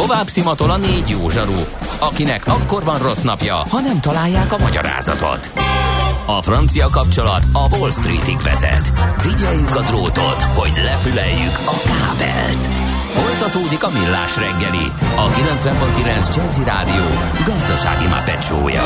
Tovább szimatol a 4 jó zsaru, akinek akkor van rossz napja, ha nem találják a magyarázatot. A francia kapcsolat a Wall Streetig vezet. Figyeljük a drótot, hogy lefüleljük a kábelt. Folytatódik a Millás reggeli, a 90.9 Jazzy Rádió gazdasági mápecsója.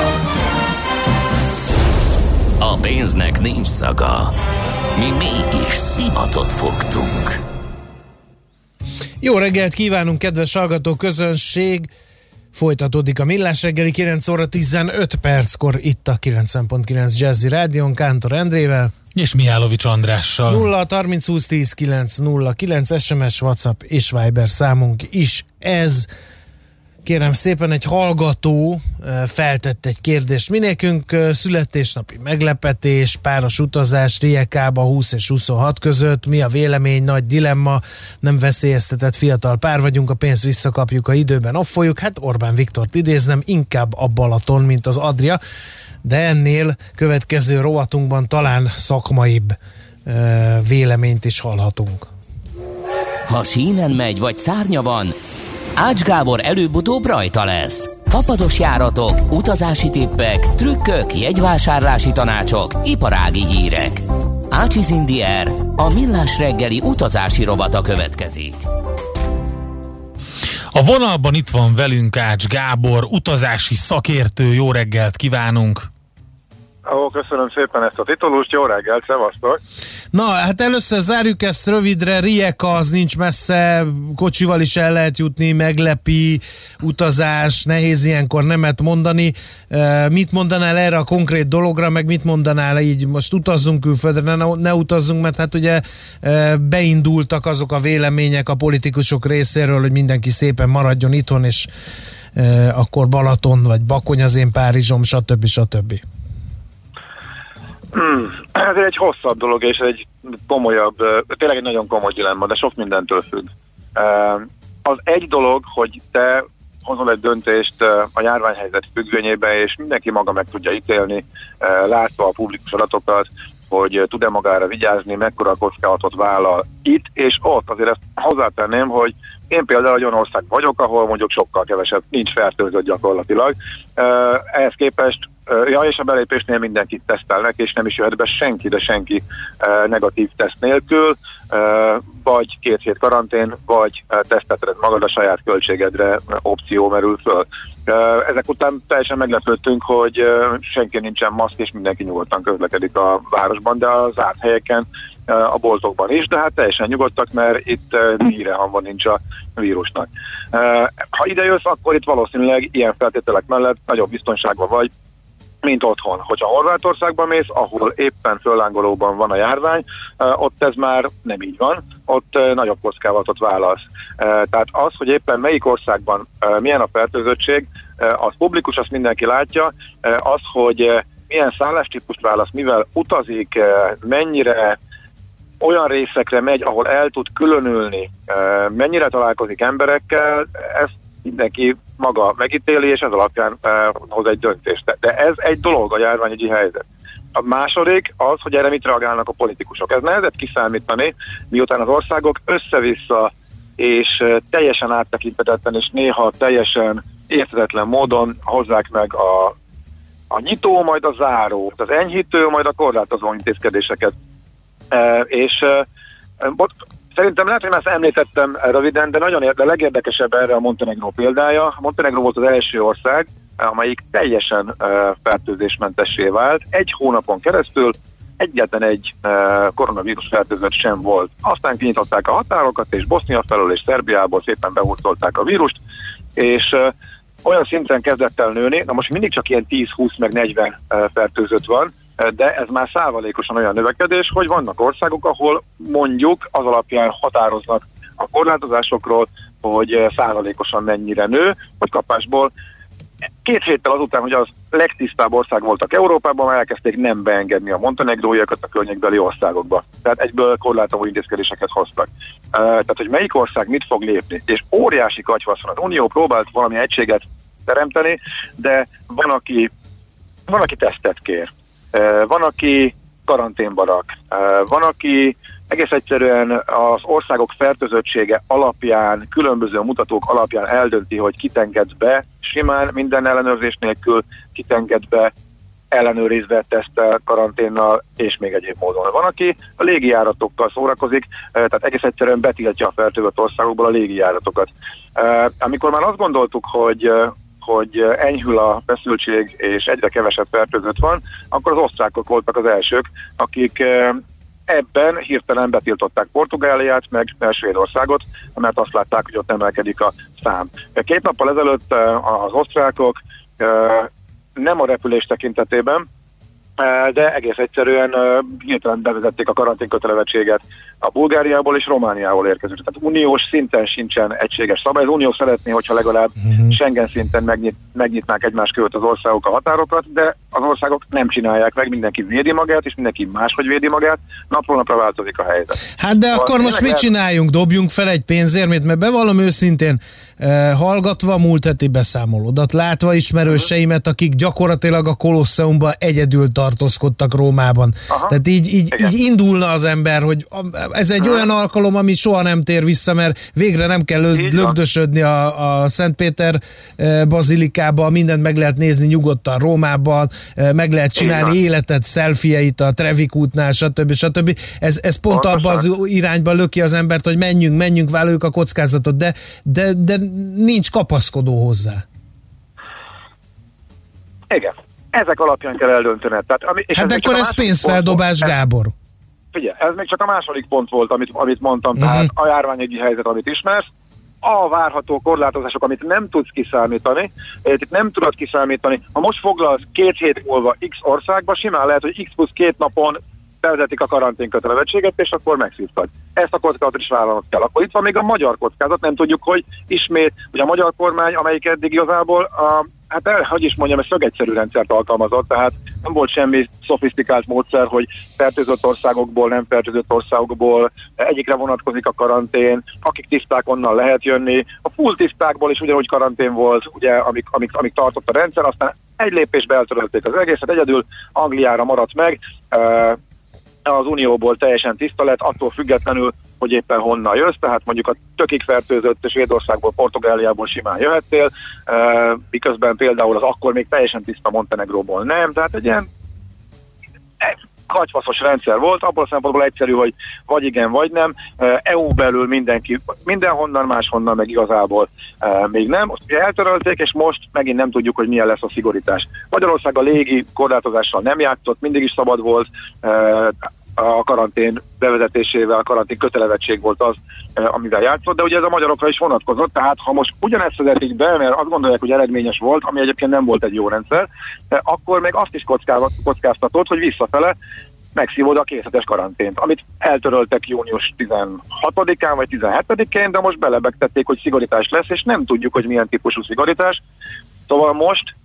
A pénznek nincs szaga. Mi mégis szimatot fogtunk. Jó reggelt kívánunk, kedves hallgató közönség! Folytatódik a Millás reggeli 9 óra 15 perckor itt a 90.9 Jazzy Rádión Kántor Endrével és Mihálovics Andrással. 0 30 20 10 9 0 9 SMS, WhatsApp és Viber számunk is ez. Kérem szépen, egy hallgató feltett egy kérdést minékünk: születésnapi meglepetés, páros utazás Rijeka 20 és 26 között, mi a vélemény, nagy dilemma, nem veszélyeztetett fiatal pár vagyunk, a pénzt visszakapjuk, a időben offoljuk. Hát Orbán Viktort idéznem, inkább a Balaton, mint az Adria, de ennél következő rovatunkban talán szakmaibb véleményt is hallhatunk. Ha sínen megy, vagy szárnya van, Ács Gábor előbb-utóbb rajta lesz. Fapados járatok, utazási tippek, trükkök, jegyvásárlási tanácsok, iparági hírek. Ácsiz Indiér, a Millás reggeli utazási rovata következik. A vonalban itt van velünk Ács Gábor, utazási szakértő. Jó reggelt kívánunk! Köszönöm szépen ezt a titulust, jó reggelt, szevasztok! Na, hát először zárjuk ezt rövidre. Rijeka az nincs messze, kocsival is el lehet jutni, meglepi utazás, nehéz ilyenkor nemet mondani. Mit mondanál erre a konkrét dologra, meg mit mondanál így, most utazzunk külföldre, ne utazzunk, mert hát ugye beindultak azok a vélemények a politikusok részéről, hogy mindenki szépen maradjon itthon, és akkor Balaton, vagy Bakony az én Párizsom, stb. Ez egy hosszabb dolog, és egy komolyabb, tényleg egy nagyon komoly dilemma, de sok mindentől függ. Az egy dolog, hogy te hozol egy döntést a járványhelyzet függvényében, és mindenki maga meg tudja ítélni, látva a publikus adatokat, hogy tud-e magára vigyázni, mekkora kockázatot vállal itt és ott. Azért ezt hozzátenném, hogy én például egy olyan ország vagyok, ahol mondjuk sokkal kevesebb, nincs fertőzött gyakorlatilag. Ehhez képest, és a belépésnél mindenkit tesztelnek, és nem is jöhet be senki, de senki negatív teszt nélkül, vagy 2 hét karantén, vagy teszteted magad, a saját költségedre opció merül föl. Ezek után teljesen meglepődtünk, hogy senki nincsen maszk, és mindenki nyugodtan közlekedik a városban, de az zárt helyeken, a boltokban is, de hát teljesen nyugodtak, mert itt hírehamva nincs a vírusnak. Ha ide jössz, akkor itt valószínűleg ilyen feltételek mellett nagyobb biztonságban vagy, mint otthon. Hogyha Horvátországba mész, ahol éppen föllángolóban van a járvány, ott ez már nem így van, ott nagyobb kockázatot vállalsz. Tehát az, hogy éppen melyik országban milyen a fertőzöttség, az publikus, azt mindenki látja, az, hogy milyen szállástípust válasz, mivel utazik, mennyire olyan részekre megy, ahol el tud különülni, mennyire találkozik emberekkel, ezt mindenki maga megítéli, és ez alapján hoz egy döntést. De ez egy dolog, a járványügyi helyzet. A második az, hogy erre mit reagálnak a politikusok. Ez nehezebb kiszámítani, miután az országok össze-vissza és teljesen áttekinthetetlen, és néha teljesen érthetetlen módon hozzák meg a nyitó, majd a záró, az enyhítő, majd a korlátozó intézkedéseket. Szerintem lehet, hogy már ezt említettem röviden, de de legérdekesebb erre a Montenegró példája. A Montenegró volt az első ország, amelyik teljesen fertőzésmentessé vált. 1 hónapon keresztül egyetlen egy koronavírus fertőzött sem volt. Aztán kinyitották a határokat, és Bosznia felől és Szerbiából szépen behurcolták a vírust, és olyan szinten kezdett el nőni, na most mindig csak ilyen 10-20 meg 40 fertőzött van, de ez már százalékosan olyan növekedés, hogy vannak országok, ahol mondjuk az alapján határoznak a korlátozásokról, hogy százalékosan mennyire nő, hogy kapásból 2 héttel azután, hogy az legtisztább ország voltak Európában, már elkezdték nem beengedni a montenegróiakat a környékbeli országokba. Tehát egyből korlátozó intézkedéseket hoztak. Tehát, hogy melyik ország mit fog lépni. És óriási katyvasz van. Az Unió próbált valami egységet teremteni, de van, aki tesztet kér. Van, aki karanténba rak. Van, aki egész egyszerűen az országok fertőzöttsége alapján, különböző mutatók alapján eldönti, hogy kit enged be, simán, minden ellenőrzés nélkül, kit enged be, ellenőrizve, tesztel, karanténnal és még egyéb módon. Van, aki a légijáratokkal szórakozik, tehát egész egyszerűen betiltja a fertőzött országokból a légijáratokat. Amikor már azt gondoltuk, hogy enyhül a feszültség és egyre kevesebb fertőzött van, akkor az osztrákok voltak az elsők, akik ebben hirtelen betiltották Portugáliát, meg Svédországot, mert azt látták, hogy ott emelkedik a szám. 2 nappal ezelőtt az osztrákok nem a repülés tekintetében, de egész egyszerűen hirtelen bevezették a karanténkötelezettséget a Bulgáriából és Romániából érkező. Tehát uniós szinten sincsen egységes szabály. Az unió szeretné, hogyha legalább Schengen szinten megnyitnák egymás között az országok a határokat, de az országok nem csinálják meg, mindenki védi magát, és mindenki máshogy védi magát, napról napra változik a helyzet. Hát de akkor most mit csináljunk? Dobjunk fel egy pénzérmét, mert bevallom őszintén, hallgatva a múlt heti beszámolódat, látva ismerőseimet, akik gyakorlatilag a Kolosseumban egyedül tartózkodtak Rómában. Aha. Tehát így indulna az ember, hogy ez egy olyan alkalom, ami soha nem tér vissza, mert végre nem kell lögdösödni a Szentpéter bazilikába, mindent meg lehet nézni nyugodtan Rómában, meg lehet csinálni életet, selfieit a Trevi útnál, stb. Ez pont abban az irányba löki az embert, hogy menjünk, vállaljuk a kockázatot, de nincs kapaszkodó hozzá. Igen. Ezek alapján kell eldöntened. Hát akkor ez pénzfeldobás, Gábor. Figyelj, ez még csak a második pont volt, amit mondtam, tehát a járványügyi helyzet, amit ismersz, a várható korlátozások, amit nem tudsz kiszámítani, nem tudod kiszámítani. Ha most foglalsz 2 hét múlva X országba, simán lehet, hogy X plusz 2 napon bevezetik a karanténkötelezettséget, és akkor megszívtad. Ezt a kockázatot is vállalnod kell. Akkor itt van még a magyar kockázat, nem tudjuk, hogy ismét, hogy a magyar kormány, amelyik eddig igazából egy szögegyszerű rendszert alkalmazott, tehát nem volt semmi szofisztikált módszer, hogy fertőzött országokból, nem fertőzött országokból egyikre vonatkozik a karantén, akik tiszták, onnan lehet jönni. A full tisztákból is ugyanúgy karantén volt, ugye, amik tartott a rendszer, aztán egy lépésbe eltörölték az egészet, egyedül Angliára maradt meg, az Unióból teljesen tiszta lett, attól függetlenül, hogy éppen honnan jössz, tehát mondjuk a tökig fertőzött Svédországból, Portugáliából simán jöhettél, miközben például az akkor még teljesen tiszta Montenegróból nem, tehát egy ilyen katyfaszos rendszer volt, abból a szempontból egyszerű, hogy vagy igen, vagy nem. EU belül mindenki, mindenhonnan, máshonnan meg igazából még nem. Most eltörölték, és most megint nem tudjuk, hogy milyen lesz a szigorítás. Magyarország a légi korlátozással nem játszott, mindig is szabad volt, a karantén bevezetésével, a karantén kötelezettség volt az, amivel játszott, de ugye ez a magyarokra is vonatkozott, tehát ha most ugyanezt vezetik be, mert azt gondolják, hogy eredményes volt, ami egyébként nem volt egy jó rendszer, akkor még azt is kockáztatod, hogy visszafele megszívod a 2 hetes karantént, amit eltöröltek június 16-án vagy 17-én, de most belebegtették, hogy szigorítás lesz, és nem tudjuk, hogy milyen típusú szigorítás. Szóval most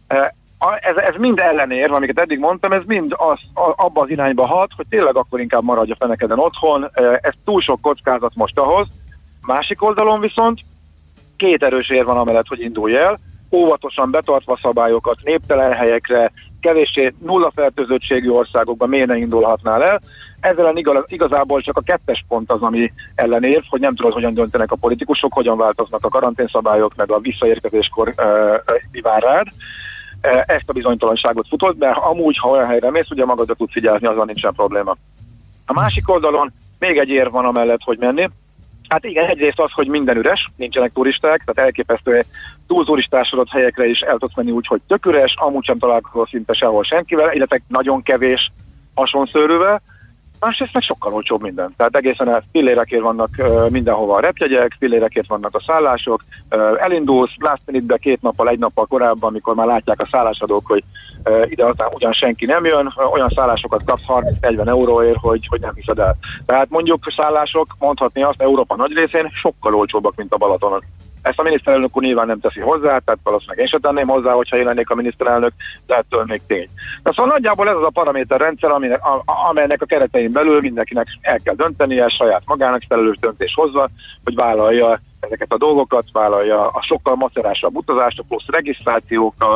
ez mind ellenérv, amiket eddig mondtam, ez mind abba az irányba hat, hogy tényleg akkor inkább maradj a fenekeden otthon, ez túl sok kockázat most ahhoz. Másik oldalon viszont 2 erős érv van amellett, hogy indulj el, óvatosan betartva szabályokat, néptelen helyekre, kevéssé nulla fertőzöttségű országokban miért ne indulhatnál el. Ezzel igazából csak a 2. pont az, ami ellenérv, hogy nem tudod, hogyan döntenek a politikusok, hogyan változnak a karanténszabályok, meg a visszaérkezéskor vár rád. Ezt a bizonytalanságot futod, de amúgy, ha olyan helyre mész, ugye magadra tudsz figyelni, azzal nincsen probléma. A másik oldalon még egy érv van amellett, hogy menni. Hát igen, egyrészt az, hogy minden üres, nincsenek turisták, tehát elképesztő túlturistásodott helyekre is el tudsz menni úgy, hogy tök üres, amúgy sem találkozol szinte sehol senkivel, illetve nagyon kevés hasonszőrűvel. Másrészt meg sokkal olcsóbb minden. Tehát egészen fillérekért vannak mindenhova a repjegyek, fillérekért vannak a szállások, elindulsz last minute-be 2 nappal, 1 nappal korábban, amikor már látják a szállásadók, hogy ide aztán ugyan senki nem jön, olyan szállásokat kapsz 30-40 euróért, hogy nem hiszed el. Tehát mondjuk szállások, mondhatni azt, Európa nagy részén sokkal olcsóbbak, mint a Balatonon. Ezt a miniszterelnök úr nyilván nem teszi hozzá, tehát valószínűleg én sem tenném hozzá, hogyha én lennék a miniszterelnök, de ettől még tény. De szóval nagyjából ez az a paraméterrendszer, amelynek a keretein belül mindenkinek el kell döntenie, saját magának felelős döntés hozva, hogy vállalja ezeket a dolgokat, vállalja a sokkal macerásabb utazást, a plusz regisztrációkat,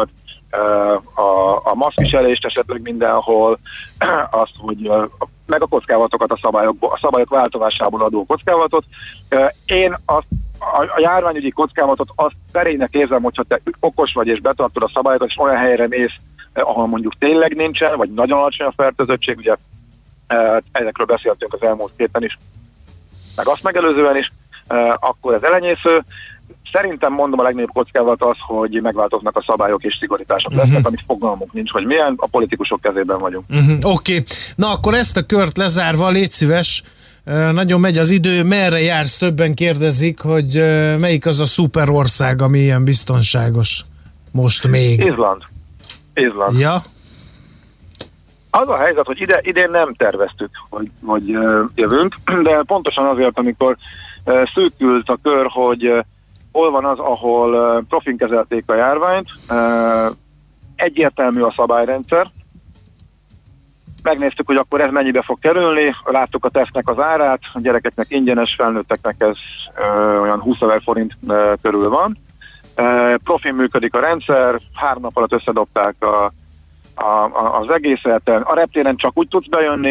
a maszkviselést esetleg mindenhol, azt, hogy meg a kockázatokat a szabályok változásából adó kockázatot. Én a járványügyi kockázatot azt szerénynek érzem, hogyha te okos vagy és betartod a szabályokat, és olyan helyre mész, ahol mondjuk tényleg nincsen, vagy nagyon alacsony a fertőzöttség, ugye ezekről beszéltünk az elmúlt héten is, meg azt megelőzően is, akkor ez elenyésző. Szerintem mondom, a legnagyobb kockázat az, hogy megváltoznak a szabályok és szigorítások lesznek, amit fogalmunk nincs, hogy milyen, a politikusok kezében vagyunk. Oké. Na akkor ezt a kört lezárva, légy szíves, nagyon megy az idő, merre jársz? Többen kérdezik, hogy melyik az a szuperország, ami ilyen biztonságos most még? Izland. Ja? Az a helyzet, hogy idén nem terveztük, hogy jövünk, de pontosan azért, amikor szűkült a kör, hogy hol van az, ahol profin kezelték a járványt, egyértelmű a szabályrendszer, megnéztük, hogy akkor ez mennyibe fog kerülni, láttuk a tesztnek az árát, a gyerekeknek ingyenes, felnőtteknek ez olyan 20 000 forint körül van. Profin működik a rendszer, 3 nap alatt összedobták az egészet, a reptéren csak úgy tudsz bejönni,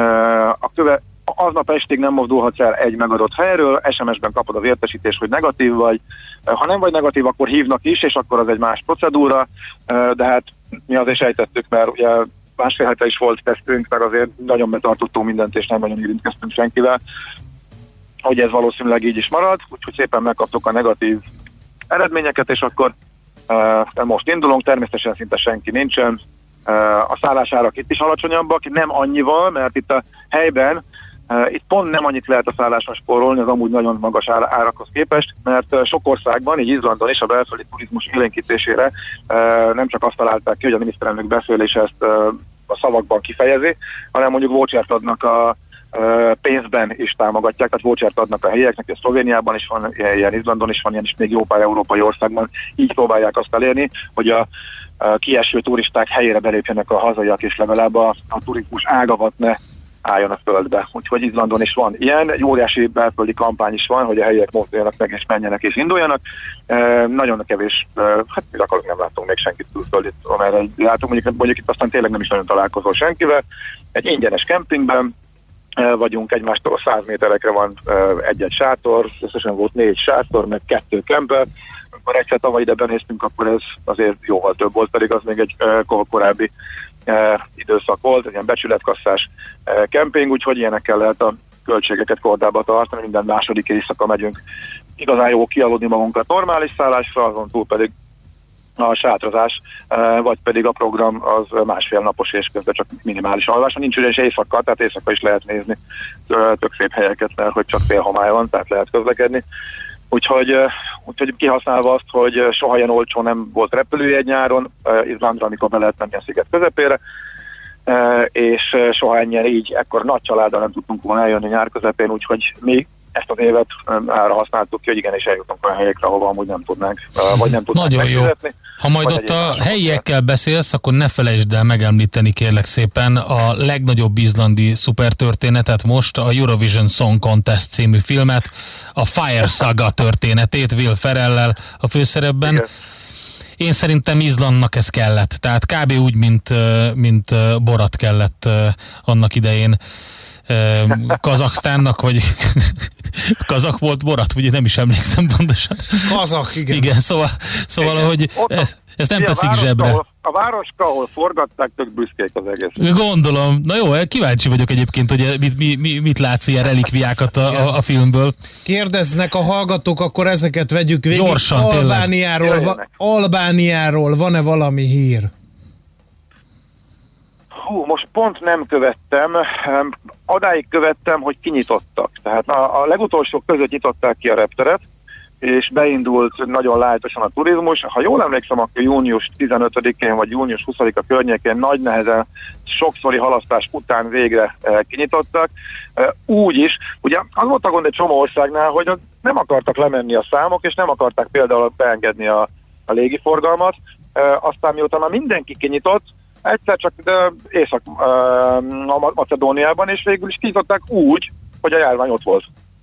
aznap estig nem mozdulhatsz el egy megadott helyről, SMS-ben kapod az értesítést, hogy negatív vagy. Ha nem vagy negatív, akkor hívnak is, és akkor az egy más procedúra, de hát mi azért sejtettük, mert ugye másfél hete is volt tesztünk, meg azért nagyon betartottunk mindent, és nem nagyon érintkeztünk senkivel, hogy ez valószínűleg így is marad, úgyhogy szépen megkaptuk a negatív eredményeket, és akkor most indulunk, természetesen szinte senki nincsen. A szállásárak itt is alacsonyabbak, nem annyival, mert itt a helyben itt pont nem annyit lehet a szálláson spórolni, az amúgy nagyon magas árakhoz képest, mert sok országban, így Izlandon is a belföldi turizmus élénkítésére nem csak azt találták ki, hogy a miniszterelnök beszélése ezt a szavakban kifejezi, hanem mondjuk vouchert adnak a pénzben is támogatják, tehát vouchert adnak a helyieknek, ez Szlovéniában is van ilyen, Izlandon is van ilyen, és még jó pár európai országban így próbálják azt elérni, hogy a kieső turisták helyére belépjenek a hazaiak, és legalább a turizmus ágavat ne álljon a földbe. Úgyhogy Izlandon is van ilyen, egy óriási belföldi kampány is van, hogy a helyiek mozduljanak meg, és menjenek, és induljanak. Nagyon kevés, hát mi akarok, nem látunk még senkit külföldit, amerre látunk, mondjuk itt aztán tényleg nem is nagyon találkozol senkivel. Egy ingyenes kempingben vagyunk, egymástól 100 méterekre van egy-egy sátor, összesen volt 4 sátor, meg 2 kemper. Amikor egyszer tavaly ide benéztünk, akkor ez azért jóval több volt, pedig az még egy korábbi időszak volt, egy ilyen becsületkasszás kemping, úgyhogy ilyenekkel lehet a költségeket kordába tartani, minden második éjszaka megyünk. Igazán jó kialudni magunkat normális szállásra, azon túl pedig a sátrazás, vagy pedig a program az másfél napos, és közben csak minimális alvása. Nincs ugyanis éjszaka, tehát éjszaka is lehet nézni tök szép helyeket, mert hogy csak fél homály van, tehát lehet közlekedni. Úgyhogy kihasználva azt, hogy soha ilyen olcsó nem volt repülőjegy nyáron, Izlandra, amikor be lehet menni a sziget közepére, és soha ennyien így, ekkor nagy családdal nem tudtunk volna eljönni nyár közepén, úgyhogy mi ezt az évet arra használtuk ki, hogy igenis eljutunk olyan helyekre, ahova amúgy nem tudnánk, vagy nem tudnánk megfizetni. Ha majd ott a helyiekkel beszélsz, akkor ne felejtsd el megemlíteni, kérlek szépen, a legnagyobb izlandi szupertörténetet most, a Eurovision Song Contest című filmet, a Fire Saga történetét Will Ferrell-lel a főszerepben. Igen. Én szerintem Izlandnak ez kellett, tehát kb. Úgy, mint Borat kellett annak idején Kazaksztánnak, vagy kazak volt Borat, ugye nem is emlékszem pontosan. Kazak, igen. Igen, szóval hogy ezt nem teszik zsebre. A városka, ahol forgatták, tök büszkék az egész. Gondolom. Na jó, kíváncsi vagyok egyébként, hogy mit látsz ilyen relikviákat a filmből. Kérdeznek a hallgatók, akkor ezeket vegyük végig. Gyorsan, Albániáról van-e valami hír? Most pont nem követtem, adáig követtem, hogy kinyitottak. Tehát a legutolsók között nyitották ki a repteret, és beindult nagyon lájtosan a turizmus. Ha jól emlékszem, akkor június 15-én vagy június 20-a környékén nagy nehezen sokszori halasztás után végre kinyitottak. Úgy is, ugye az volt a gond egy csomó országnál, hogy nem akartak lemenni a számok, és nem akarták például beengedni a légiforgalmat. Aztán miután már mindenki kinyitott, egyszer csak Észak-Macedóniában, és végül is kinyitották úgy, hogy a járvány ott volt.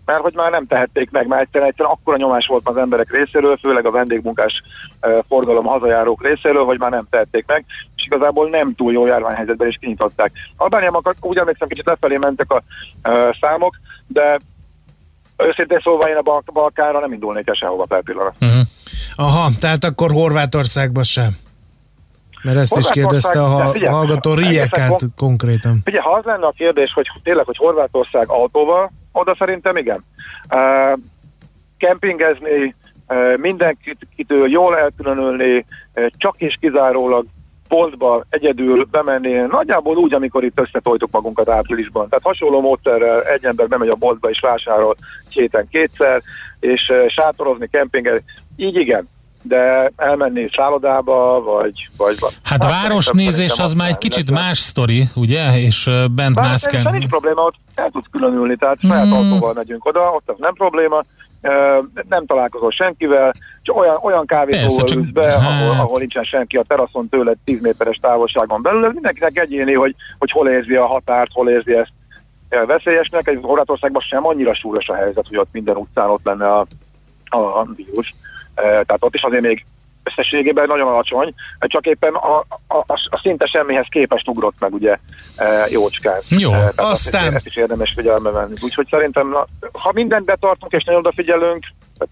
mert hogy már nem tehették meg, már egyszerűen akkora nyomás volt az emberek részéről, főleg a vendégmunkás forgalom hazajárók részéről, hogy már nem tehették meg, és igazából nem túl jó járványhelyzetben is kinyitották. Albániában úgy emlékszem, kicsit lefelé mentek a számok, de őszintén szólva én a Balkánra nem indulnék el sehova per pillanat. Aha, tehát akkor Horvátországban sem. Mert ezt is kérdezte a hallgató, Rijekát konkrétan. Ugye, ha az lenne a kérdés, hogy tényleg, hogy Horvátország autóval, oda szerintem igen. Kempingezni, mindenkitől jól elkülönülni, csak és kizárólag boltba egyedül bemenni, nagyjából úgy, amikor itt összetoltuk magunkat áprilisban. Tehát hasonló módszerrel egy ember bemegy a boltba és vásárol héten kétszer, és sátorozni, kempingezni, így igen. De elmenni szállodába, vagy hát a városnézés az már egy kicsit más sztori, ugye? És bent mászkálni. Nincs probléma, ott el tudsz különülni, tehát saját autóval megyünk oda, ott az nem probléma, nem találkozol senkivel, csak olyan kávézóval ülsz be, ahol nincsen senki a teraszon tőled 10 méteres távolságon belül. Mindenkinek egyéni, hogy hol érzi a határt, hol érzi ezt veszélyesnek. Egy Horvátországban sem annyira súlyos a helyzet, hogy ott minden utcán ott lenne a vírus. Tehát ott is azért még összességében nagyon alacsony, csak éppen a szinte semmihez képest ugrott meg ugye jócskán. Jó, aztán... Ezt is érdemes figyelme venni. Úgyhogy szerintem, ha mindent betartunk és nagyon odafigyelünk,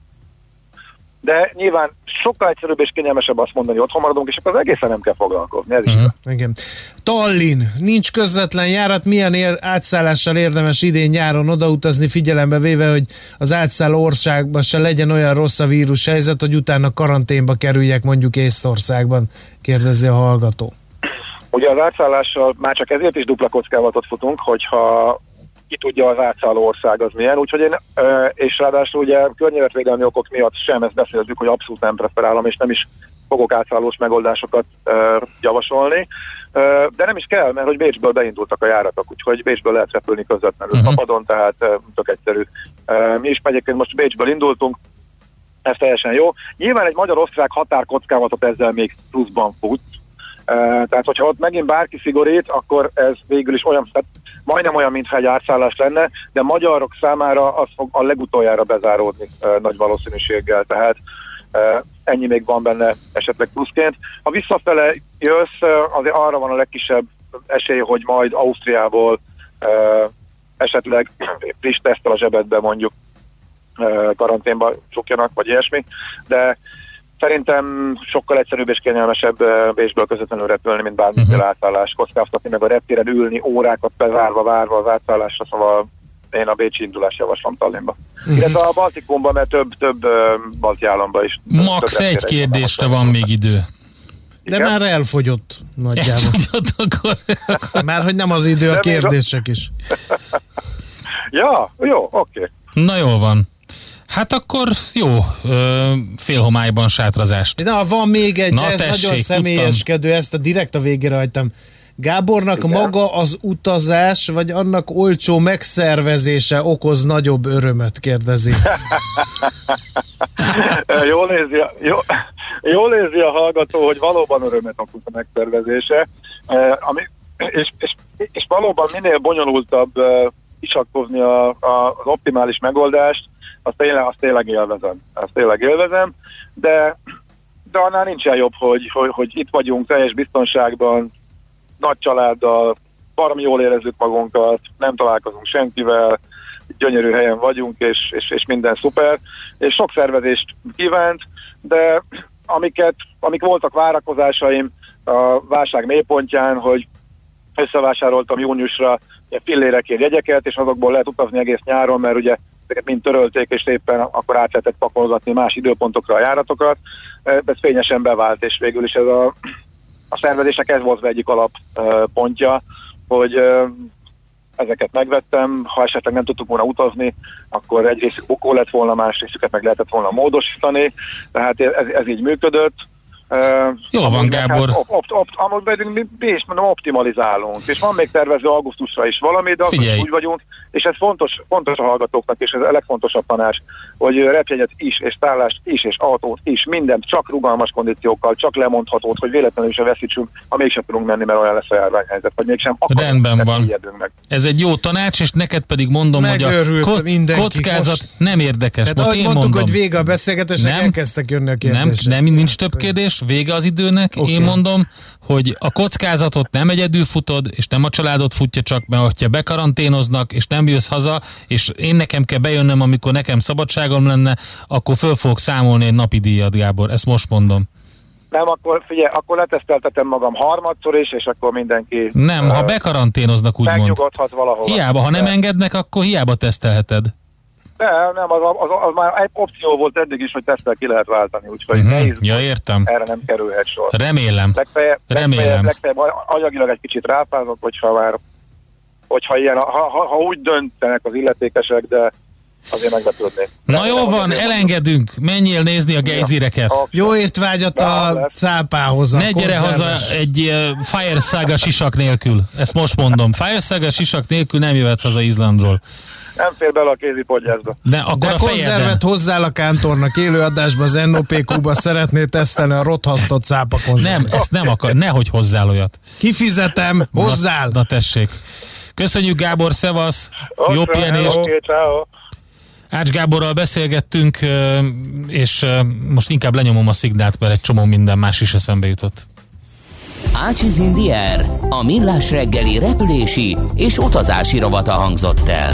de nyilván sokkal egyszerűbb és kényelmesebb azt mondani, hogy otthon maradunk, és akkor az egészen nem kell foglalkozni. Ez is igen. Tallinn, nincs közvetlen járat, milyen átszállással érdemes idén nyáron odautazni, figyelembe véve, hogy az átszálló országban se legyen olyan rossz a vírus helyzet, hogy utána karanténba kerüljek mondjuk Észtországban, kérdezi a hallgató. Ugye az átszállással már csak ezért is dupla kockázatot futunk, hogyha ki tudja az átszálló ország az milyen, úgyhogy én, és ráadásul ugye környezetvédelmi okok miatt sem ezt beszéltük, hogy abszolút nem preferálom, és nem is fogok átszállós megoldásokat javasolni, de nem is kell, mert hogy Bécsből beindultak a járatok, úgyhogy Bécsből lehet repülni közvetlenül szabadon, tehát tök egyszerű. Mi is egyébként most Bécsből indultunk, ez teljesen jó. Nyilván egy magyar-osztrák határkockázatot ezzel még pluszban fut, tehát hogyha ott megint bárki szigorít, akkor ez végül is olyan, tehát majdnem olyan, mintha egy átszállás lenne, de magyarok számára az fog a legutoljára bezáródni nagy valószínűséggel, tehát ennyi még van benne esetleg pluszként. Ha visszafele jössz, azért arra van a legkisebb esély, hogy majd Ausztriából esetleg friss teszttel a zsebedbe mondjuk karanténba csukjanak, vagy ilyesmi, de szerintem sokkal egyszerűbb és kényelmesebb Bécsből közvetlenül repülni, mint bármiféle átállás, kockáztatni, meg a reptéren ülni, órákat bezárva, várva az átállásra, szóval én a bécsi indulást javaslom Tallinnba. Illetve a Baltikumban, mert több balti államban is. Max egy kérdésre van még idő. De igen? Már elfogyott nagyjából. Elfogyott akkor. Már hogy nem az idő, a kérdések is. Ja, jó, oké. Na jól van. Hát akkor jó, félhomályban sátrazást. Na, van még egy, ez tessék, nagyon személyeskedő, ezt direkt a végére hagytam. Gábornak igen? Maga az utazás, vagy annak olcsó megszervezése okoz nagyobb örömöt, kérdezi. Jól érzi a hallgató, hogy valóban örömet okoz a megszervezése, és valóban minél bonyolultabb kisakkozni az optimális megoldást, azt tényleg élvezem, de annál nincsen jobb, hogy itt vagyunk teljes biztonságban, nagy családdal, baromi jól érezzük magunkat, nem találkozunk senkivel, gyönyörű helyen vagyunk, és minden szuper, és sok szervezést kívánt, de amik voltak várakozásaim a válság mélypontján, hogy összevásároltam júniusra fillérekért jegyeket, és azokból lehet utazni egész nyáron, mert ugye ezeket mind törölték, és szépen akkor át lehetett pakolgatni más időpontokra a járatokat. Ez fényesen bevált, és végül is ez a szervezések ez volt az egyik alappontja, hogy ezeket megvettem, ha esetleg nem tudtuk volna utazni, akkor egy részük bukó lett volna, más részüket meg lehetett volna módosítani, tehát ez így működött. Jól van, Gábor. Amúgy pedig mi is mondom, optimalizálunk, és van még tervező augusztusra is valami, de akkor úgy vagyunk, és ez fontos a hallgatóknak, és ez a legfontosabb tanács, hogy repjegyet is, és szállást is, és autót is, mindent, csak rugalmas kondíciókkal, csak lemondhatót, hogy véletlenül se veszítsünk, ha mégsem tudunk menni, mert olyan lesz a járványhelyzet, vagy mégsem akarunk. Rendben van. Meg. Ez egy jó tanács, és neked pedig mondom, hogy a kockázat most nem érdekes. Hát most én mondtuk, mondom, hogy vége a beszélgetésnek, elkezdtek jönni a kérdések. Nem, nincs több kérdés, vége az időnek. Okay. Én mondom, hogy a kockázatot nem egyedül futod, és nem a családot futja csak, mert hogyha bekaranténoznak, és nem jössz haza, és én nekem kell bejönnöm, amikor nekem szabadságom lenne, akkor föl fogok számolni egy napi díjat, Gábor. Ezt most mondom. Nem, akkor figyelj, akkor leteszteltetem magam harmadszor is, és akkor mindenki... Nem, ha bekaranténoznak, úgymond. Megnyugodhat valahol. Hiába, ha nem engednek, akkor hiába tesztelheted. Nem, az már egy opció volt eddig is, hogy tesztel ki lehet váltani, úgyhogy nehéz. Ja, értem. Erre nem kerülhet sor. Remélem. Legfeljebb anyagilag egy kicsit ráfázok, hogyha úgy döntenek az illetékesek, de azért meglepődnék. Na jó van, elengedünk, menjél nézni a gejzireket. Okay. Jó étvágyat a cápához. Ne gyere haza egy Fire Saga sisak nélkül. Ezt most mondom. Fire Saga sisak nélkül nem jöhetsz haza Izlandról. Nem fér bele a kézipodgyászba. De konzervet hozzál a Kántornak élőadásba, az NOPQ-ba szeretnél tesztelni a rothasztott cápa konzervet. Nem, ezt nem akar, nehogy hozzál olyat. Kifizetem, hozzál! Na tessék. Köszönjük, Gábor, szevasz! Jó pihenést! Ács Gáborral beszélgettünk, és most inkább lenyomom a szignált, mert egy csomó minden más is eszembe jutott. Ácsiz in the Air, a millás reggeli repülési és utazási rovata hangzott el.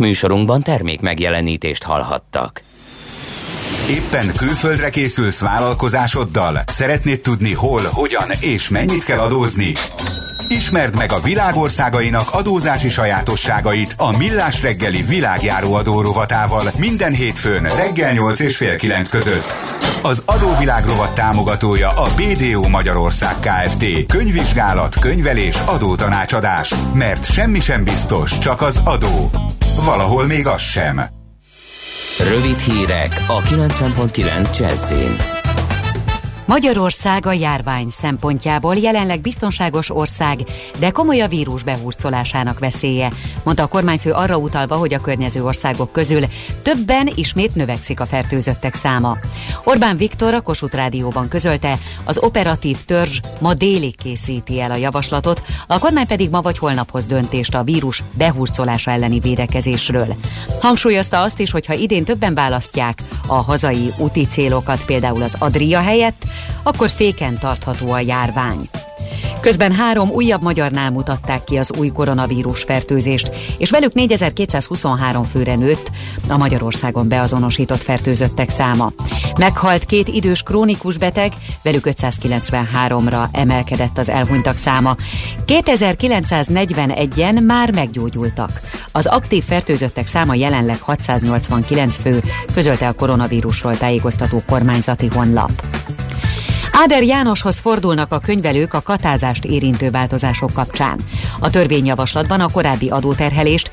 műsorunkban termék megjelenítést hallhattak. Éppen külföldre készülsz vállalkozásoddal? Szeretnéd tudni hol, hogyan és mennyit kell adózni? Ismerd meg a világországainak adózási sajátosságait a Millás reggeli világjáró adó rovatával minden hétfőn reggel 8 és fél 9 között. Az adóvilág rovat támogatója a BDO Magyarország Kft. Könyvvizsgálat, könyvelés, adótanácsadás. Mert semmi sem biztos, csak az adó. Valahol még az sem. Rövid hírek a 90.9 Jazzin. Magyarország a járvány szempontjából jelenleg biztonságos ország, de komoly a vírus behurcolásának veszélye, mondta a kormányfő arra utalva, hogy a környező országok közül többen ismét növekszik a fertőzöttek száma. Orbán Viktor a Kossuth Rádióban közölte, az operatív törzs ma délig készíti el a javaslatot, a kormány pedig ma vagy holnap hoz döntést a vírus behurcolása elleni védekezésről. Hangsúlyozta azt is, hogy ha idén többen választják a hazai úti célokat, például az Adria helyett, akkor féken tartható a járvány. Közben 3 újabb magyarnál mutatták ki az új koronavírus fertőzést, és velük 4223 főre nőtt a Magyarországon beazonosított fertőzöttek száma. Meghalt 2 idős krónikus beteg, velük 593-ra emelkedett az elhunytak száma. 2941-en már meggyógyultak. Az aktív fertőzöttek száma jelenleg 689 fő, közölte a koronavírusról tájékoztató kormányzati honlap. Áder Jánoshoz fordulnak a könyvelők a katázást érintő változások kapcsán. A törvényjavaslatban a korábbi adóterhelést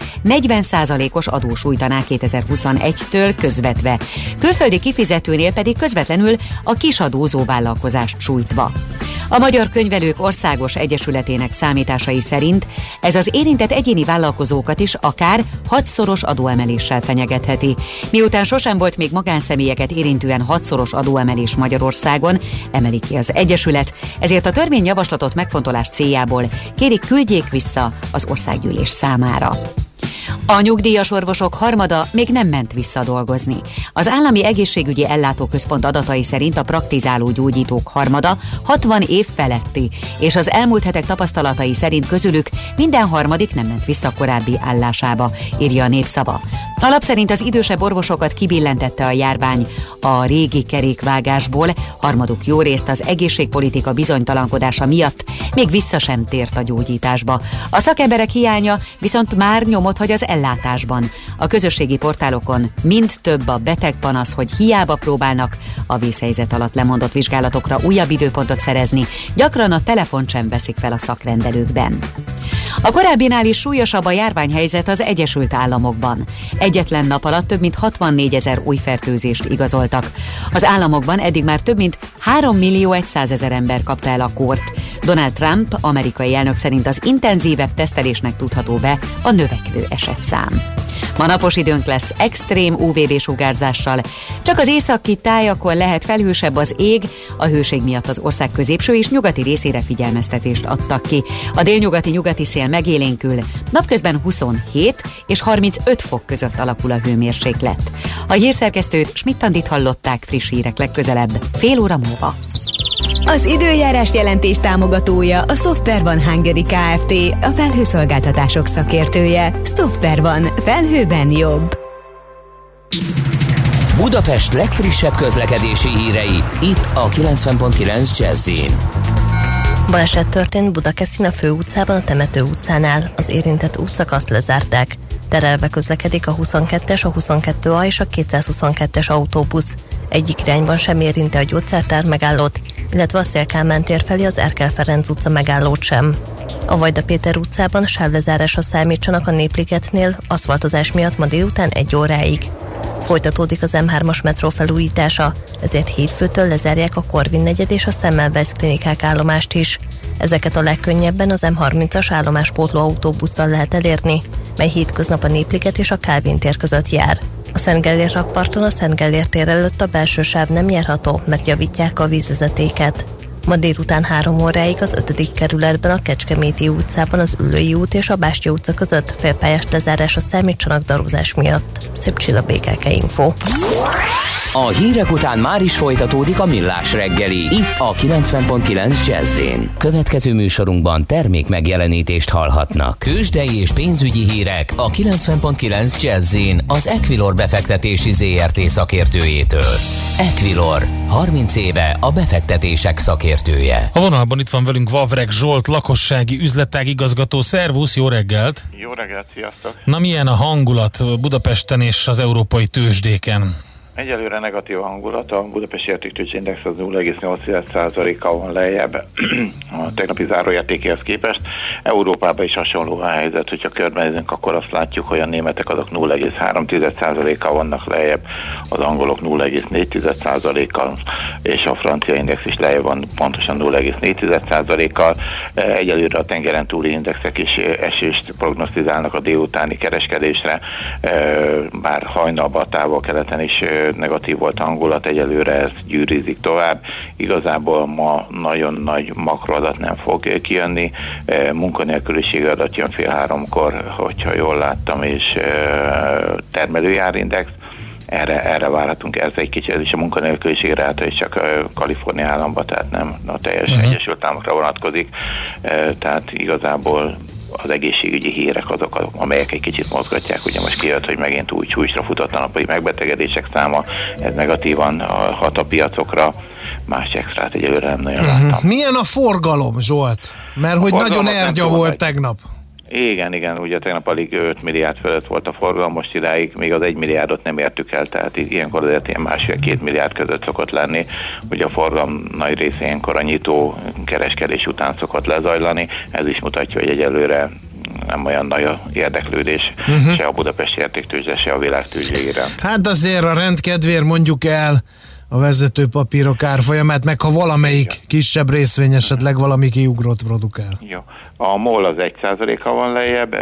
40%-os adó sújtaná 2021-től közvetve, külföldi kifizetőnél pedig közvetlenül a kisadózó vállalkozást sújtva. A Magyar Könyvelők Országos Egyesületének számításai szerint ez az érintett egyéni vállalkozókat is akár 6-szoros adóemeléssel fenyegetheti. Miután sosem volt még magánszemélyeket érintően 6-szoros adóemelés Magyarországon, emeli ki az Egyesület, ezért a törvényjavaslatot megfontolás céljából kérik, küldjék vissza az országgyűlés számára. A nyugdíjas orvosok harmada még nem ment vissza dolgozni. Az Állami Egészségügyi Ellátóközpont adatai szerint a praktizáló gyógyítók harmada 60 év feletti, és az elmúlt hetek tapasztalatai szerint közülük minden harmadik nem ment vissza korábbi állásába, írja a Népszava. A lap szerint az idősebb orvosokat kibillentette a járvány a régi kerékvágásból, harmaduk jó részt az egészségpolitika bizonytalankodása miatt még vissza sem tért a gyógyításba. A szakemberek hiánya viszont már nyomot hagy az ellátásban. A közösségi portálokon mind több a betegpanasz, hogy hiába próbálnak a vészhelyzet alatt lemondott vizsgálatokra újabb időpontot szerezni, gyakran a telefont sem veszik fel a szakrendelőkben. A korábbinál is súlyosabb a járványhelyzet az Egyesült Államokban. Egyetlen nap alatt több mint 64 000 új fertőzést igazoltak. Az államokban eddig már több mint 3.100.000 ember kapta el a kórt. Donald Trump, amerikai elnök szerint az intenzívebb tesztelésnek tudható be a növekvő esetszám. Ma napos időnk lesz extrém UVB-sugárzással. Csak az északi tájakon lehet felhősebb az ég, a hőség miatt az ország középső és nyugati részére figyelmeztetést adtak ki. A délnyugati-nyugati szél megélénkül, napközben 27 és 35 fok között alakul a hőmérséklet. A hírszerkesztőt, Schmidt-Andit hallották, friss hírek legközelebb, fél óra múlva. Az időjárás jelentés támogatója a Software One Hungary Kft., a felhőszolgáltatások szakértője. Software One. Felhőben jobb. Budapest legfrissebb közlekedési hírei, itt a 90.9 Jazzin. Baleset történt Budakeszin a Főutcában, a Temető utcánál. Az érintett útszakaszt lezárták. Terelve közlekedik a 22-es, a 22A és a 222-es autóbusz. Egyik irányban sem érinti a gyógyszertár megállót, illetve a Széll-Kálmán tér felé az Erkel Ferenc utca megállót sem. A Vajda Péter utcában sávlezárásra számítsanak a Népligetnél, aszfaltozás miatt ma délután 1 óráig. Folytatódik az M3-as metró felújítása, ezért hétfőtől lezárják a Korvin negyed és a Semmelweis klinikák állomást is. Ezeket a legkönnyebben az M30-as állomáspótló autóbusszal lehet elérni, mely hétköznap a Népliget és a Kálvin tér között jár. A Szent Gellért rakparton a Szent Gellért tér előtt a belső sáv nem járható, mert javítják a vízvezetéket. Ma délután 3 óráig az 5. kerületben a Kecskeméti utcában az Üllői út és a Bástya utca között félpályás lezárásra számítsanak darúzás miatt. Szép Csilla, BKK Info. A hírek után már is folytatódik a Millás reggeli, itt a 90.9 Jazz-in. Következő műsorunkban termék megjelenítést hallhatnak. Tőzsdei és pénzügyi hírek a 90.9 Jazz-in az Equilor befektetési ZRT szakértőjétől. Equilor, 30 éve a befektetések szakértője. A vonalban itt van velünk Vavreg Zsolt, lakossági üzletág igazgató. Szervusz, jó reggelt! Jó reggelt, sziasztok! Na, milyen a hangulat Budapesten és az európai tőzsdéken? Egyelőre negatív a hangulat, a Budapesti Értéktőzsdeindex az 0,8%-kal van lejjebb a tegnapi záróértékéhez képest. Európában is hasonló a helyzet, hogyha körbenézünk, akkor azt látjuk, hogy a németek azok 0,3%-kal vannak lejjebb, az angolok 0,4%-kal, és a francia index is lejjebb van pontosan 0,4%-kal. Egyelőre a tengeren túli indexek is esést prognosztizálnak a délutáni kereskedésre, bár hajnalban a távol-keleten is negatív volt a hangulat, egyelőre ez gyűrűzik tovább. Igazából ma nagyon nagy makroadat nem fog kijönni, munkanélküliségi adat jön 14:30, hogyha jól láttam, és termelőjárindex, erre várhatunk, ez egy kicsit, ez is a munkanélküliség ráta, és csak Kalifornia államban, tehát nem a teljes Egyesült Államokra vonatkozik, tehát igazából az egészségügyi hírek azok, amelyek egy kicsit mozgatják. Ugye most kijött, hogy megint új csúcsra futott a napi megbetegedések száma, ez negatívan hat a piacokra, más extrát egyelőre nem nagyon láttam. Milyen a forgalom, Zsolt? Mert hogy nagyon ergya volt tegnap. Igen, ugye tegnap alig 5 milliárd fölött volt a forgalom, most idáig még az 1 milliárdot nem értük el, tehát ilyenkor azért ilyen 1,5-2 milliárd között szokott lenni. Ugye a forgalom nagy része ilyenkor a nyitó kereskedés után szokott lezajlani, ez is mutatja, hogy egyelőre nem olyan nagy a érdeklődés se a Budapesti Értéktőzsde, se a világtőzsdére. Hát azért a rendkedvéért mondjuk el a vezető papírok árfolyamát, meg ha valamelyik kisebb részvény esetleg valami kiugrott produkál. Jó. A MOL az 1%-kal van lejjebb,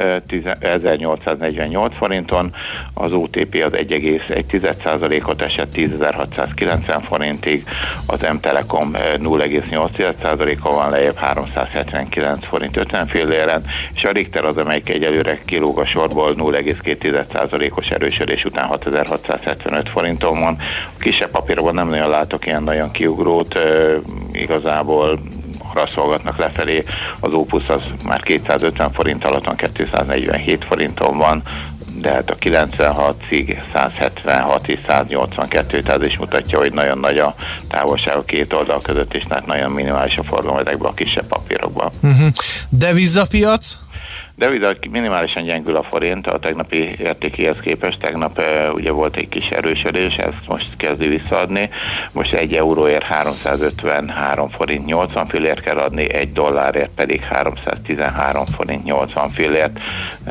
1848 forinton, az OTP az 1,1%-ot esett 10.690 forintig, az M-Telekom 0,8%-kal van lejjebb 379 forint 50 filléren, és a Richter az, amelyik egyelőre kilóg a sorból 0,2%-os erősödés után 6675 forinton van. A kisebb papírokban nem nagyon látok ilyen nagyon kiugrót, igazából arra szolgatnak lefelé, az Opus az már 250 forint alatt van, 247 forinton van, de hát a 96-ig 176 és 182, tehát is mutatja, hogy nagyon nagy a távolság a két oldal között, és hát nagyon minimális a forgalom ezekben a kisebb papírokban. Devizapiac? De minimálisan gyengül a forint a tegnapi értékéhez képest. Tegnap ugye volt egy kis erősödés, ezt most kezdi visszaadni. Most 1 euróért 353 forint 80 fillért kell adni, 1 dollárért pedig 313 forint 80 fillért. Ez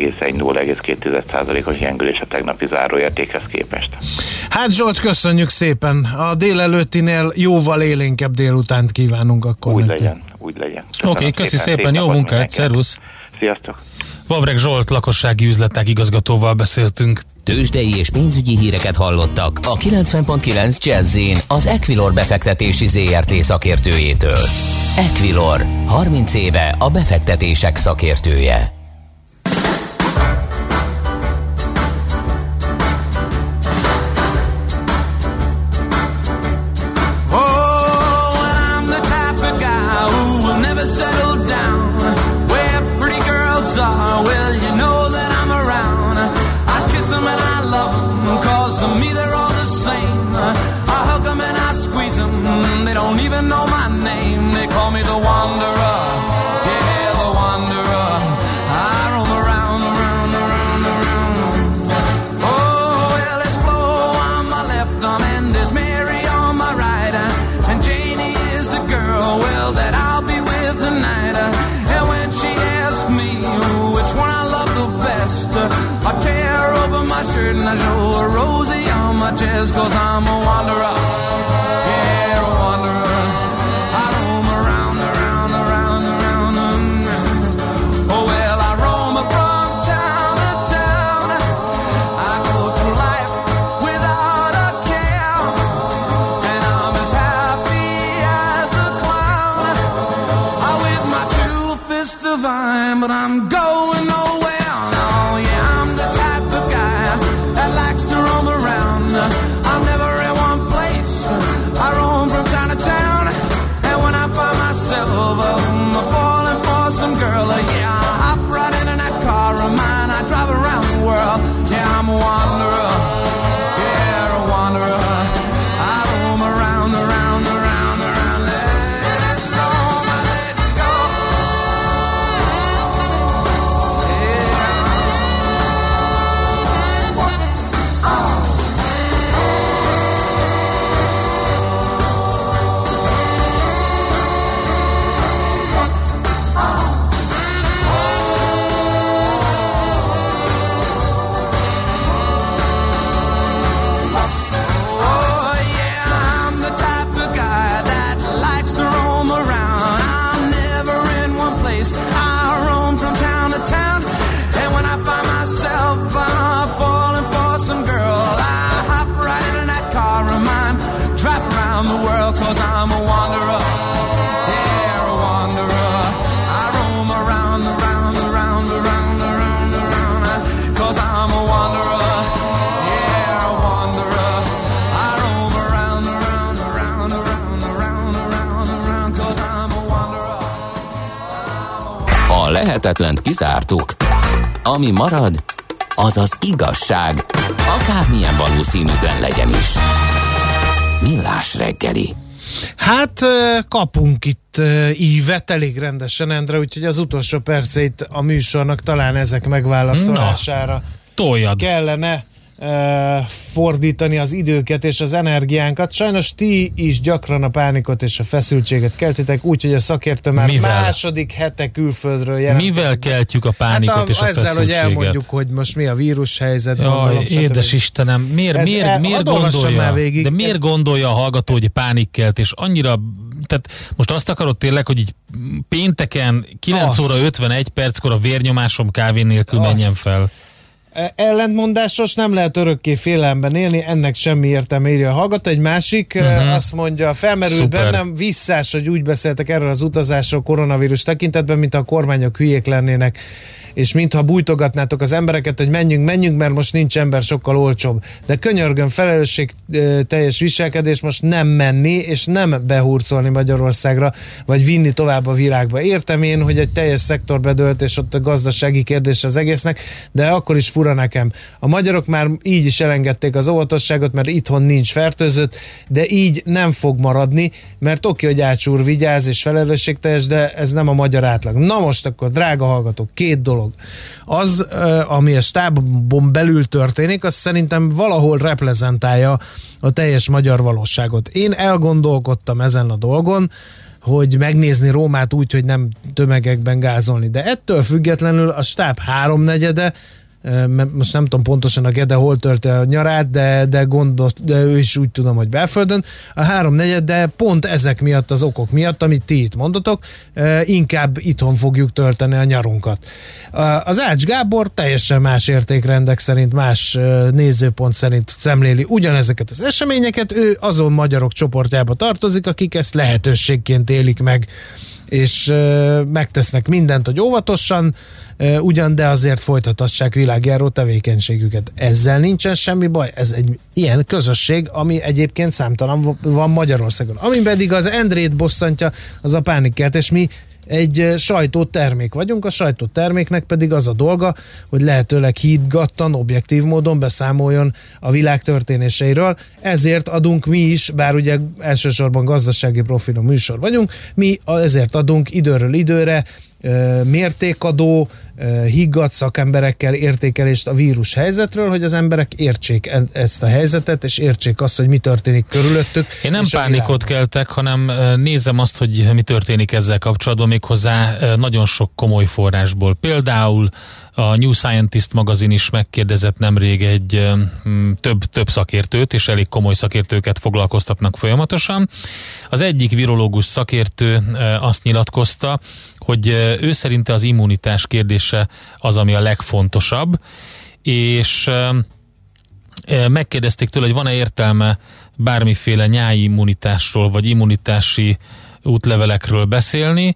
0,1-0,2%-os gyengülés a tegnapi záróértékhez képest. Hát Zsolt, köszönjük szépen. A délelőttinél jóval élénkebb délutánt kívánunk akkor. Úgy legyen. Oké, köszi szépen, jó munkát, szervusz! Sziasztok! Vavreg Zsolt, lakossági üzletág igazgatóval beszéltünk. Tőzsdei és pénzügyi híreket hallottak a 90.9 Jazz-in az Equilor befektetési ZRT szakértőjétől. Equilor, 30 éve a befektetések szakértője. And I show a rosy on my chest, 'cause I'm a wanderer, yeah, a wanderer. I roam around, around, around, around. Oh well, I roam from town to town. I go through life without a care, and I'm as happy as a clown. I'm with my two fists divine, but I'm going nowhere. Oh yeah, I'm the type of guy that likes to roam around. I'm never wanderer. Yeah, a wanderer. I roam around, around, around, around, around, around, around, 'cause I'm a wanderer. A lehetetlent kizártuk. Ami marad, az az igazság, akármilyen valószínűtlen legyen is. Millás reggeli. Hát kapunk itt ívet elég rendesen, Endre, úgyhogy az utolsó perceit a műsornak talán ezek megválaszolására kellene fordítani az időket és az energiánkat. Sajnos ti is gyakran a pánikot és a feszültséget keltitek, úgyhogy a szakértő már második hete külföldről jelentkezik. Mivel keltjük a pánikot és a ezzel, feszültséget? hogy elmondjuk, hogy most mi a vírushelyzet. Jaj, édes Istenem, miért gondolja? Végig, de miért gondolja a hallgató, hogy pánikkelt, és annyira, tehát most azt akarod tényleg, hogy így pénteken 9 óra 51 perckor a vérnyomásom kávé nélkül menjen fel? Ellentmondásos, nem lehet örökké félelemben élni, ennek semmi értelme, írja a hallgató. Egy másik azt mondja, felmerült bennem visszás, hogy úgy beszéltek erről az utazásról koronavírus tekintetben, mint a kormányok hülyék lennének, és mintha bújtogatnátok az embereket, hogy menjünk, mert most nincs ember, sokkal olcsóbb. De könyörgöm, felelősségteljes viselkedés most nem menni, és nem behurcolni Magyarországra, vagy vinni tovább a világba. Értem én, hogy egy teljes szektor bedőlt, és ott a gazdasági kérdés az egésznek, de akkor is fura nekem. A magyarok már így is elengedték az óvatosságot, mert itthon nincs fertőzött, de így nem fog maradni, mert oké, hogy Ács úr vigyáz és felelősségteljes, de ez nem a magyar átlag. Na most akkor, drága hallgatók, két dolog. Az, ami a stábon belül történik, az szerintem valahol reprezentálja a teljes magyar valóságot. Én elgondolkodtam ezen a dolgon, hogy megnézni Rómát úgy, hogy nem tömegekben gázolni. De ettől függetlenül a stáb háromnegyede, most nem tudom pontosan a Gede hol törte a nyarát, de ő is úgy tudom, hogy belföldön. A háromnegyed, de pont ezek miatt, az okok miatt, amit ti itt mondotok, inkább itthon fogjuk tölteni a nyarunkat. Az Ács Gábor teljesen más értékrendek szerint, más nézőpont szerint szemléli ugyanezeket az eseményeket, ő azon magyarok csoportjába tartozik, akik ezt lehetőségként élik meg, és megtesznek mindent, hogy óvatosan, ugyan, de azért folytathassák világjáró tevékenységüket. Ezzel nincsen semmi baj, ez egy ilyen közösség, ami egyébként számtalan van Magyarországon. Ami pedig az Endrét bosszantja, az a pánikkelt, és mi egy sajtótermék vagyunk, a sajtóterméknek pedig az a dolga, hogy lehetőleg hídgattan, objektív módon beszámoljon a világ történéseiről. Ezért adunk mi is, bár ugye elsősorban gazdasági profilú műsor vagyunk, mi ezért adunk időről időre mértékadó, higgadt szakemberekkel értékelést a vírus helyzetről, hogy az emberek értsék ezt a helyzetet, és értsék azt, hogy mi történik körülöttük. Én nem pánikot keltek, hanem nézem azt, hogy mi történik ezzel kapcsolatban, méghozzá nagyon sok komoly forrásból. Például a New Scientist magazin is megkérdezett nemrég egy több szakértőt, és elég komoly szakértőket foglalkoztatnak folyamatosan. Az egyik virológus szakértő azt nyilatkozta, hogy ő szerinte az immunitás kérdése az, ami a legfontosabb, és megkérdezték tőle, hogy van-e értelme bármiféle nyári immunitásról, vagy immunitási útlevelekről beszélni.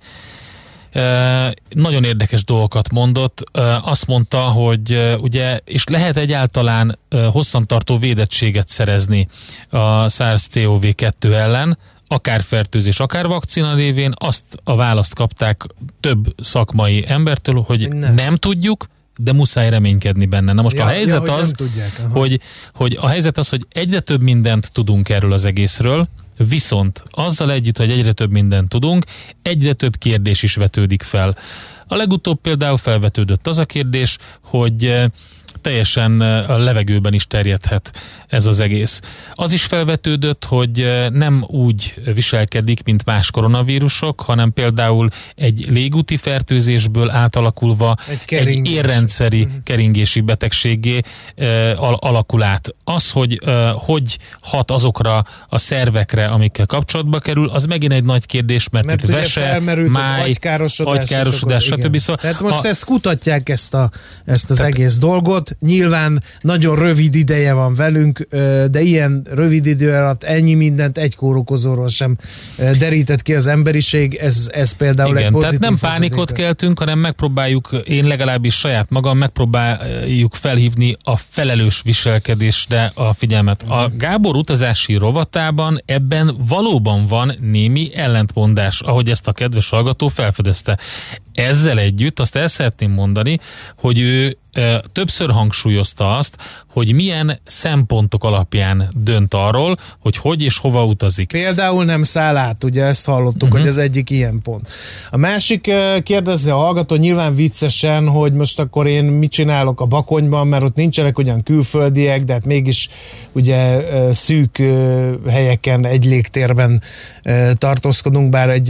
Nagyon érdekes dolgokat mondott. Azt mondta, hogy ugye, és lehet egyáltalán hosszantartó védettséget szerezni a SARS-CoV-2 ellen, akár fertőzés, akár vakcina révén. Azt a választ kapták több szakmai embertől, hogy nem tudjuk, de muszáj reménykedni benne. Na most a helyzet az, hogy a helyzet az, hogy egyre több mindent tudunk erről az egészről, viszont azzal együtt, hogy egyre több mindent tudunk, egyre több kérdés is vetődik fel. A legutóbb például felvetődött az a kérdés, hogy teljesen a levegőben is terjedhet ez az egész. Az is felvetődött, hogy nem úgy viselkedik, mint más koronavírusok, hanem például egy légúti fertőzésből átalakulva egy érrendszeri keringési betegséggé alakul át. Az, hogy hat azokra a szervekre, amikkel kapcsolatba kerül, az megint egy nagy kérdés, mert itt vese, máj, agykárosodás, stb. Tehát most ezt kutatják, ezt az egész dolgot, volt. Nyilván nagyon rövid ideje van velünk, de ilyen rövid idő alatt ennyi mindent egy kórokozóról sem derített ki az emberiség. Ez például egy pozitív. Tehát nem pánikot keltünk, hanem megpróbáljuk, én legalábbis saját magam, megpróbáljuk felhívni a felelős viselkedésre a figyelmet. A Gábor utazási rovatában ebben valóban van némi ellentmondás, ahogy ezt a kedves hallgató felfedezte. Ezzel együtt azt el szeretném mondani, hogy ő többször hangsúlyozta azt, hogy milyen szempontok alapján dönt arról, hogy és hova utazik. Például nem száll át, ugye ezt hallottuk, hogy az egyik ilyen pont. A másik kérdezi a hallgató nyilván viccesen, hogy most akkor én mit csinálok a Bakonyban, mert ott nincsenek ugyan külföldiek, de hát mégis ugye szűk helyeken, egy légtérben tartózkodunk, bár egy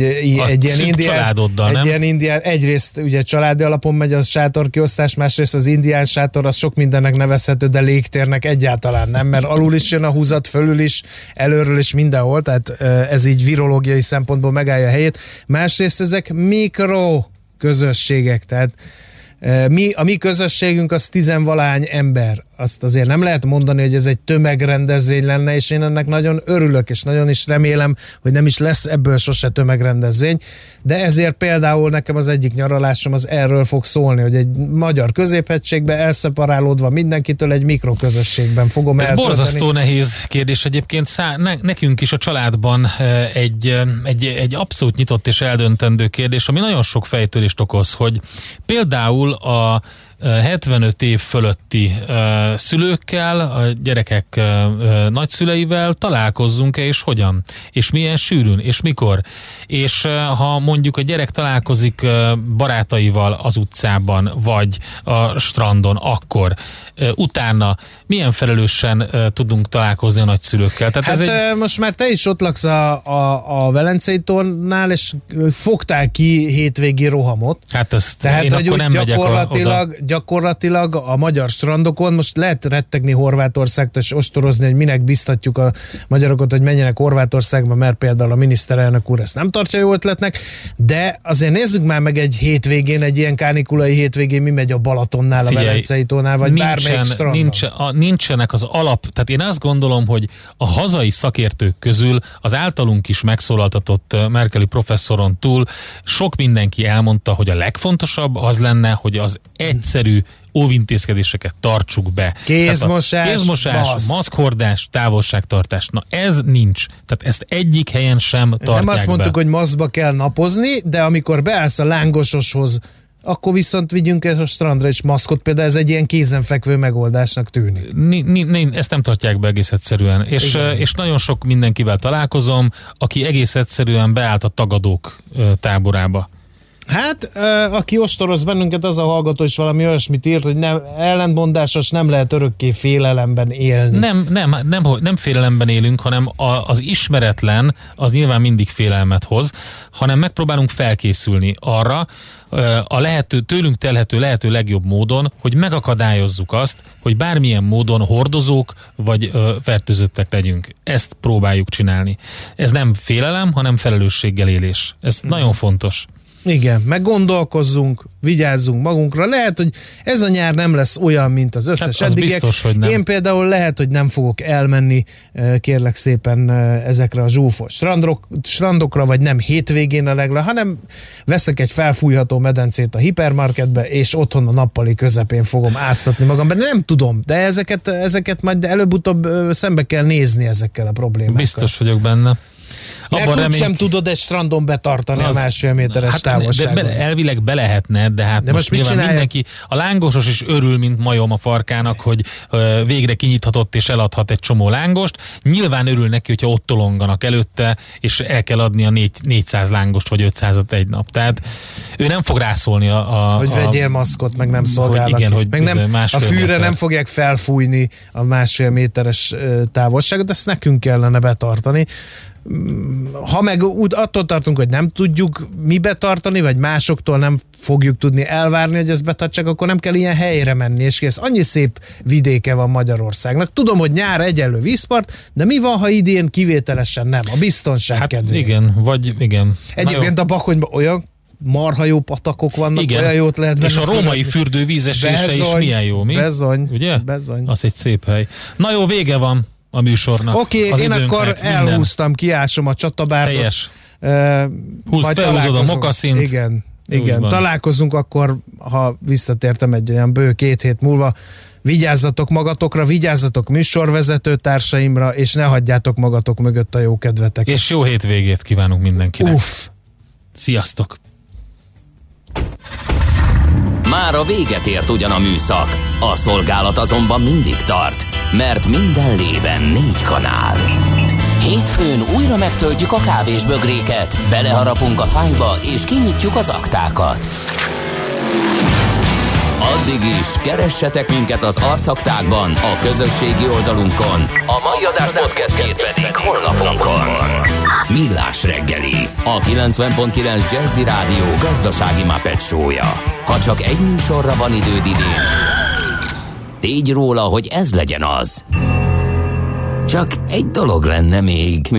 ilyen indián, egyrészt ugye családi alapon megy a sátorkiosztás, másrészt az indián sátor az sok mindennek nevezhető, de légtérnek egyáltalán nem, mert alul is jön a húzat, fölül is, előről is, mindenhol, tehát ez így virológiai szempontból megállja a helyét. Másrészt ezek mikro közösségek, tehát a mi közösségünk az 10-valahány ember. Azt azért nem lehet mondani, hogy ez egy tömegrendezvény lenne, és én ennek nagyon örülök, és nagyon is remélem, hogy nem is lesz ebből sose tömegrendezvény, de ezért például nekem az egyik nyaralásom az erről fog szólni, hogy egy magyar középhegységben elszeparálódva mindenkitől egy mikroközösségben fogom eltölteni. Ez borzasztó nehéz kérdés egyébként. Nekünk is a családban egy abszolút nyitott és eldöntendő kérdés, ami nagyon sok fejtörést okoz, hogy például a 75 év fölötti szülőkkel, a gyerekek nagyszüleivel találkozzunk-e, és hogyan? És milyen sűrűn? És mikor? És ha mondjuk a gyerek találkozik barátaival az utcában, vagy a strandon, akkor utána milyen felelősen tudunk találkozni a nagyszülőkkel? Tehát hát most már te is ott laksz a Velencei tónál, és fogtál ki hétvégi rohamot. Hát ezt tehát, én akkor nem megyek oda. Gyakorlatilag a magyar strandokon most lehet rettegni Horvátországtól és ostorozni, hogy minek biztatjuk a magyarokat, hogy menjenek Horvátországba, mert például a miniszterelnök úr ezt nem tartja jó ötletnek, de azért nézzük már meg egy hétvégén, egy ilyen kánikulai hétvégén mi megy a Balatonnál, a Velencei tónál, vagy bármelyik strandon. Nincsenek az alap, tehát én azt gondolom, hogy a hazai szakértők közül az általunk is megszólaltatott Merkeli professzoron túl sok mindenki elmondta, hogy a legfontosabb az lenne, hogy az egyszerű óvintézkedéseket tartsuk be. Kézmosás, maszkhordás, távolságtartás. Na ez nincs. Tehát ezt egyik helyen sem tartják be. Nem azt mondtuk, hogy maszkba kell napozni, de amikor beállsz a lángososhoz, akkor viszont vigyünk a strandra is maszkot, például ez egy ilyen kézenfekvő megoldásnak tűnik. Ezt nem tartják be egész egyszerűen. És nagyon sok mindenkivel találkozom, aki egész egyszerűen beállt a tagadók táborába. Hát, aki ostoroz bennünket, az a hallgató is valami olyasmit írt, hogy ellentmondásos, nem lehet örökké félelemben élni. Nem félelemben élünk, hanem az ismeretlen az nyilván mindig félelmet hoz, hanem megpróbálunk felkészülni arra, tőlünk telhető lehető legjobb módon, hogy megakadályozzuk azt, hogy bármilyen módon hordozók vagy fertőzöttek legyünk. Ezt próbáljuk csinálni. Ez nem félelem, hanem felelősséggel élés. Ez nagyon fontos. Igen, meg gondolkozzunk, vigyázzunk magunkra. Lehet, hogy ez a nyár nem lesz olyan, mint az összes eddigiek. Biztos, hogy nem. Én például lehet, hogy nem fogok elmenni, kérlek szépen, ezekre a zsúfos strandokra, vagy nem hétvégén hanem veszek egy felfújható medencét a hipermarketbe, és otthon a nappali közepén fogom áztatni magam. De nem tudom, de ezeket majd előbb-utóbb szembe kell nézni ezekkel a problémákkal. Biztos vagyok benne. Mert sem tudod egy strandon betartani a 1,5 méteres távolságot. Elvileg be lehetne, de hát de most nyilván mindenki, a lángosos is örül, mint majom a farkának, hogy végre kinyithatott és eladhat egy csomó lángost. Nyilván örül neki, hogyha ott tolonganak előtte, és el kell adni a 400 lángost, vagy 500-at egy nap. Tehát ő nem fog rászólni hogy vegyél maszkot, meg nem szolgálnak. Igen, hogy meg nem, a fűre méter. Nem fogják felfújni a 1,5 méteres távolságot, ezt nekünk kellene betartani. Ha meg attól tartunk, hogy nem tudjuk mi betartani, vagy másoktól nem fogjuk tudni elvárni, hogy ezt betartsák, akkor nem kell ilyen helyre menni, és kész. Annyi szép vidéke van Magyarországnak. Tudom, hogy nyár egyenlő vízpart, de mi van, ha idén kivételesen nem? A biztonság kedvéért. Igen, vagy igen. Egyébként a Bakonyban olyan marha jó patakok vannak, igen. Olyan jót lehet benne. És a római fürdő vízesése is milyen jó, mi? Bezony. Ugye? Bezony. Az egy szép hely. Na jó, vége van a műsornak. Oké, én akkor elhúztam, kiásom a csatabártot. Helyes. Húzd, felhúzod a mokaszint. Igen. Találkozunk akkor, ha visszatértem egy olyan bő 2 hét múlva. Vigyázzatok magatokra, vigyázzatok műsorvezető társaimra, és ne hagyjátok magatok mögött a jó kedveteket. És jó hétvégét kívánunk mindenkinek. Uff! Sziasztok! Már a véget ért ugyan a műszak, a szolgálat azonban mindig tart, mert minden lében 4 kanál. Hétfőn újra megtöltjük a kávésbögréket, beleharapunk a fányba és kinyitjuk az aktákat. Addig is keressetek minket az arcaktákban, a közösségi oldalunkon, a mai adás podcastjét pedig honlapunkon. Millás reggeli, a 90.9 Jazzy Rádió gazdasági Muppet show-ja. Ha csak egy műsorra van időd idén, tégy róla, hogy ez legyen az. Csak egy dolog lenne még.